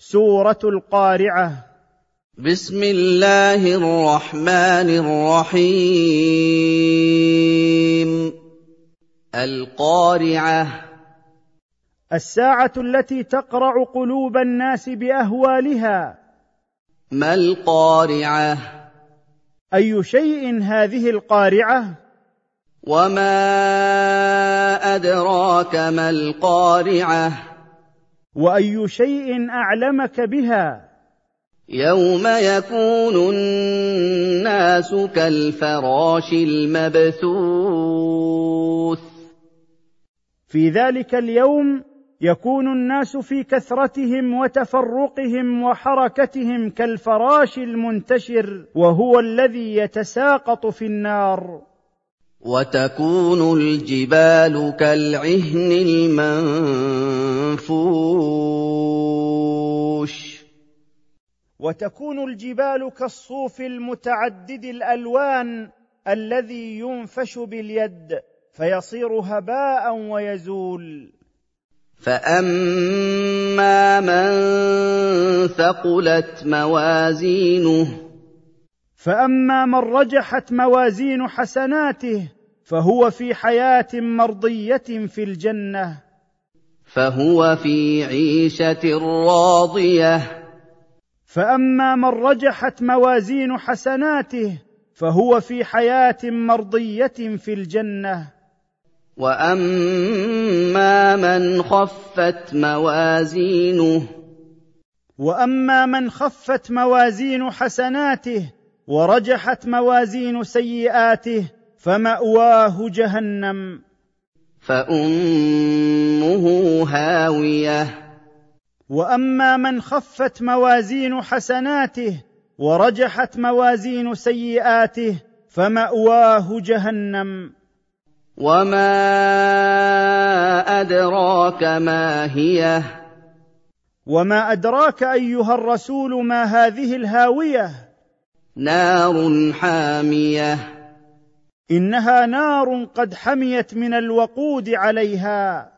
سورة القارعة. بسم الله الرحمن الرحيم. القارعة. الساعة التي تقرع قلوب الناس بأهوالها. ما القارعة؟ أي شيء هذه القارعة؟ وما أدراك ما القارعة؟ وأي شيء أعلمك بها؟ يوم يكون الناس كالفراش المبثوث. في ذلك اليوم يكون الناس في كثرتهم وتفرقهم وحركتهم كالفراش المنتشر، وهو الذي يتساقط في النار. وتكون الجبال كالعهن المنفوش. وتكون الجبال كالصوف المتعدد الألوان الذي ينفش باليد فيصير هباء ويزول. فأما من ثقلت موازينه. فأما من رجحت موازين حسناته فهو في حياة مرضية في الجنة. فهو في عيشة راضية. فأما من رجحت موازين حسناته فهو في حياة مرضية في الجنة. وأما من خفت موازينه. وأما من خفت موازين حسناته ورجحت موازين سيئاته فمأواه جهنم. فأمه هاوية. وأما من خفت موازين حسناته ورجحت موازين سيئاته فمأواه جهنم. وما أدراك ما هي؟ وما أدراك أيها الرسول ما هذه الهاوية؟ نار حامية. إنها نار قد حميت من الوقود عليها.